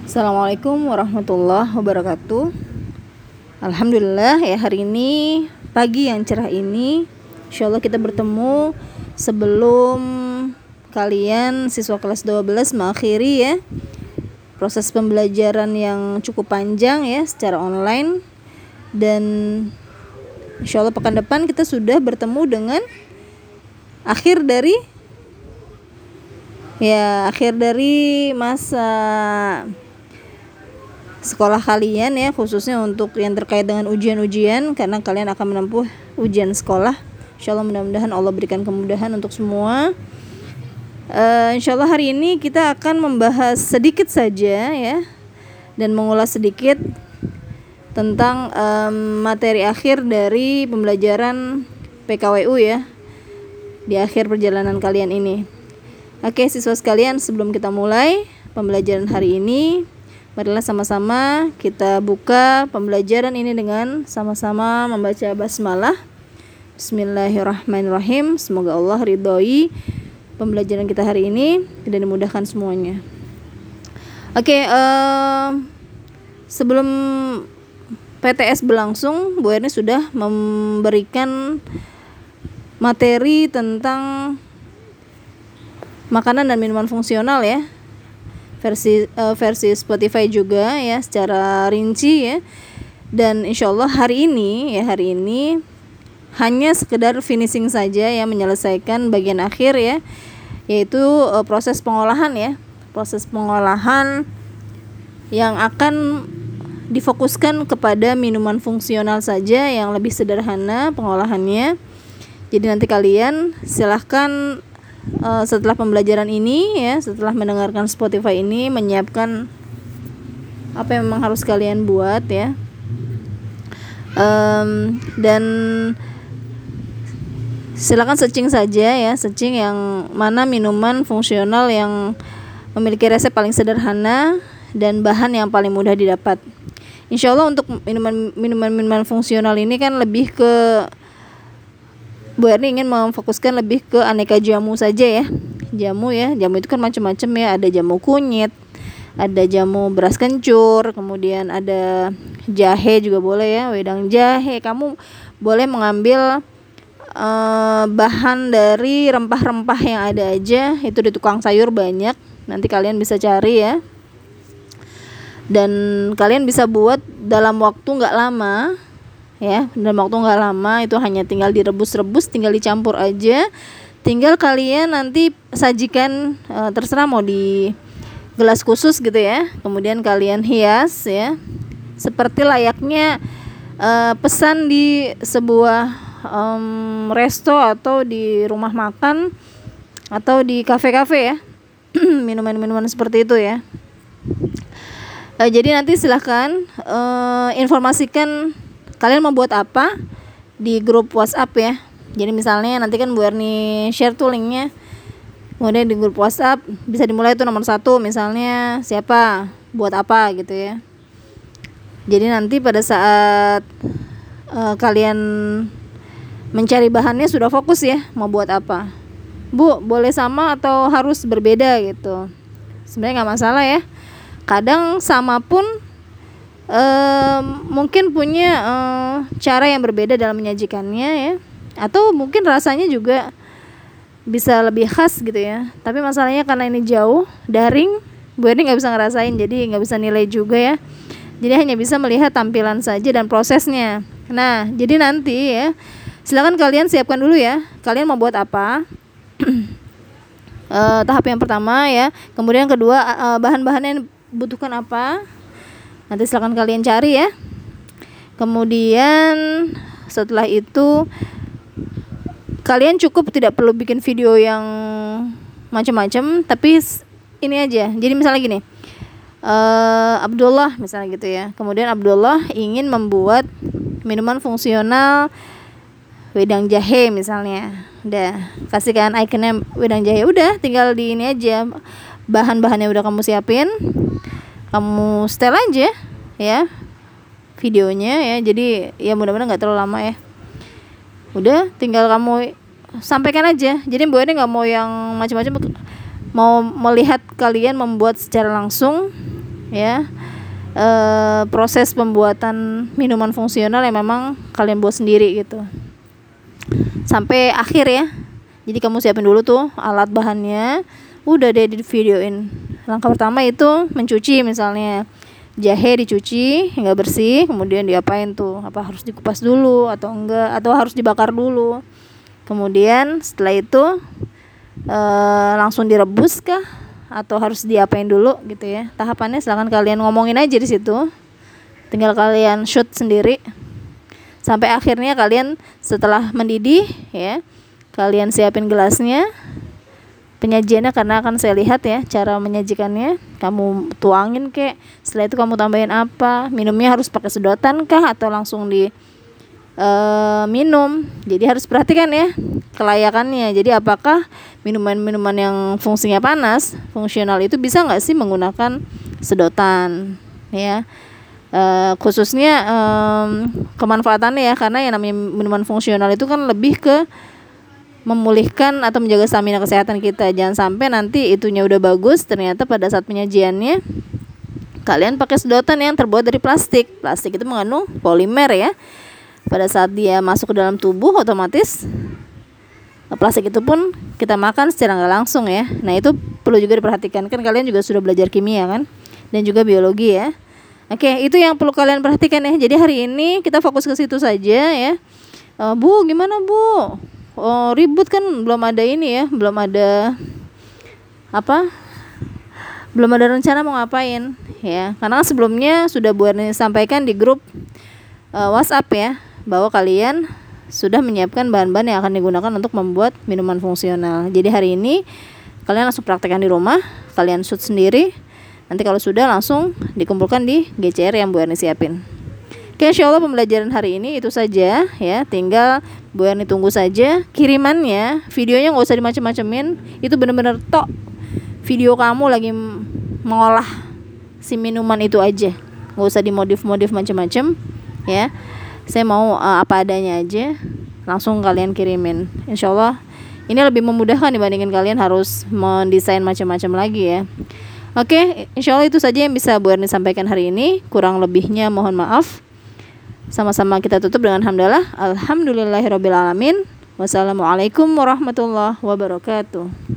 Assalamualaikum warahmatullahi wabarakatuh. Alhamdulillah ya, hari ini pagi yang cerah ini insyaallah kita bertemu sebelum kalian siswa kelas 12 mengakhiri ya proses pembelajaran yang cukup panjang ya secara online, dan insyaallah pekan depan kita sudah bertemu dengan akhir dari masa sekolah kalian ya, khususnya untuk yang terkait dengan ujian-ujian, karena kalian akan menempuh ujian sekolah. Insyaallah mudah-mudahan Allah berikan kemudahan untuk semua. Insyaallah hari ini kita akan membahas sedikit saja ya, dan mengulas sedikit tentang materi akhir dari pembelajaran PKWU ya, di akhir perjalanan kalian ini. Oke siswa sekalian, sebelum kita mulai pembelajaran hari ini, marilah sama-sama kita buka pembelajaran ini dengan sama-sama membaca basmalah. Bismillahirrahmanirrahim. Semoga Allah ridhoi pembelajaran kita hari ini dan dimudahkan semuanya. Oke, sebelum PTS berlangsung, Bu Erni sudah memberikan materi tentang makanan dan minuman fungsional ya, versi Spotify juga ya secara rinci ya. Dan insyaallah hari ini hanya sekedar finishing saja ya, menyelesaikan bagian akhir ya, yaitu proses pengolahan yang akan difokuskan kepada minuman fungsional saja yang lebih sederhana pengolahannya. Jadi nanti kalian silahkan setelah pembelajaran ini ya, setelah mendengarkan Spotify ini, menyiapkan apa yang memang harus kalian buat ya, dan silakan searching saja ya, searching yang mana minuman fungsional yang memiliki resep paling sederhana dan bahan yang paling mudah didapat. Insyaallah untuk minuman fungsional ini kan lebih ke, Bu Erni ingin memfokuskan lebih ke aneka jamu saja ya. Jamu itu kan macam-macam ya, ada jamu kunyit, ada jamu beras kencur, kemudian ada jahe juga boleh ya, wedang jahe. Kamu boleh mengambil bahan dari rempah-rempah yang ada aja, itu di tukang sayur banyak, nanti kalian bisa cari ya. Dan kalian bisa buat dalam waktu nggak lama ya, dalam waktu nggak lama, itu hanya tinggal direbus-rebus, tinggal dicampur aja, tinggal kalian nanti sajikan, terserah mau di gelas khusus gitu ya, kemudian kalian hias ya seperti layaknya pesan di sebuah resto atau di rumah makan atau di kafe-kafe ya. Minuman-minuman seperti itu ya. Jadi nanti silahkan informasikan kalian mau buat apa di grup WhatsApp ya. Jadi misalnya nanti kan Bu Erni share tuh linknya, kemudian di grup WhatsApp bisa dimulai tuh nomor 1 misalnya siapa buat apa gitu ya. Jadi nanti pada saat kalian mencari bahannya sudah fokus ya, mau buat apa. Bu, boleh sama atau harus berbeda gitu. Sebenarnya nggak masalah ya. Kadang sama pun mungkin punya cara yang berbeda dalam menyajikannya ya, atau mungkin rasanya juga bisa lebih khas gitu ya. Tapi masalahnya karena ini jauh daring, Bu Erni nggak bisa ngerasain, jadi nggak bisa nilai juga ya. Jadi hanya bisa melihat tampilan saja dan prosesnya. Nah jadi nanti ya silakan kalian siapkan dulu ya, kalian mau buat apa. Tahap yang pertama ya, kemudian kedua bahan-bahannya yang butuhkan apa, nanti silakan kalian cari ya. Kemudian setelah itu kalian cukup tidak perlu bikin video yang macam-macam, tapi ini aja. Jadi misalnya gini, Abdullah misalnya gitu ya, kemudian Abdullah ingin membuat minuman fungsional wedang jahe misalnya, udah kasihkan ikonnya wedang jahe, udah tinggal di ini aja, bahan-bahannya udah kamu siapin, kamu setel aja ya videonya ya. Jadi ya mudah-mudahan nggak terlalu lama ya, udah tinggal kamu sampaikan aja. Jadi Bu Erni nggak mau yang macam-macam, mau melihat kalian membuat secara langsung ya. Proses pembuatan minuman fungsional yang memang kalian buat sendiri gitu sampai akhir ya. Jadi kamu siapin dulu tuh alat bahannya, udah deh di videoin. Langkah pertama itu mencuci, misalnya jahe dicuci hingga bersih, kemudian diapain tuh, apa harus dikupas dulu atau enggak, atau harus dibakar dulu. Kemudian setelah itu langsung direbus kah atau harus diapain dulu gitu ya. Tahapannya silakan kalian ngomongin aja di situ. Tinggal kalian shoot sendiri. Sampai akhirnya kalian setelah mendidih ya, kalian siapin gelasnya. Penyajiannya karena akan saya lihat ya cara menyajikannya. Kamu tuangin kek, setelah itu kamu tambahin apa? Minumnya harus pakai sedotan kah atau langsung di minum. Jadi harus perhatikan ya kelayakannya. Jadi apakah minuman-minuman yang fungsinya panas, fungsional itu bisa nggak sih menggunakan sedotan ya. Khususnya kemanfaatannya ya, karena yang namanya minuman fungsional itu kan lebih ke memulihkan atau menjaga stamina kesehatan kita. Jangan sampai nanti itunya udah bagus, ternyata pada saat penyajiannya kalian pakai sedotan yang terbuat dari plastik. Plastik itu mengandung polimer ya. Pada saat dia masuk ke dalam tubuh, otomatis plastik itu pun kita makan secara nggak langsung ya. Nah itu perlu juga diperhatikan, kan kalian juga sudah belajar kimia kan, dan juga biologi ya. Oke, itu yang perlu kalian perhatikan ya. Jadi hari ini kita fokus ke situ saja ya. Bu, gimana Bu? Oh, ribut kan, belum ada ini ya, belum ada belum ada rencana mau ngapain ya. Karena sebelumnya sudah Bu Erni sampaikan di grup WhatsApp ya, bahwa kalian sudah menyiapkan bahan-bahan yang akan digunakan untuk membuat minuman fungsional. Jadi hari ini kalian langsung praktekkan di rumah, kalian shoot sendiri. Nanti kalau sudah langsung dikumpulkan di GCR yang Bu Erni siapin. Oke, insya Allah pembelajaran hari ini itu saja ya. Tinggal Bu Erni tunggu saja kirimannya. Videonya nggak usah dimacem-macemin. Itu benar-benar tok video kamu lagi mengolah si minuman itu aja. Nggak usah dimodif-modif macam-macam ya. Saya mau apa adanya aja, langsung kalian kirimin. Insya Allah ini lebih memudahkan dibandingin kalian harus mendesain macam-macam lagi ya. Oke, insya Allah itu saja yang bisa Bu Erni sampaikan hari ini. Kurang lebihnya mohon maaf. Sama-sama kita tutup dengan hamdalah. Alhamdulillahirrabbilalamin. Wassalamualaikum warahmatullahi wabarakatuh.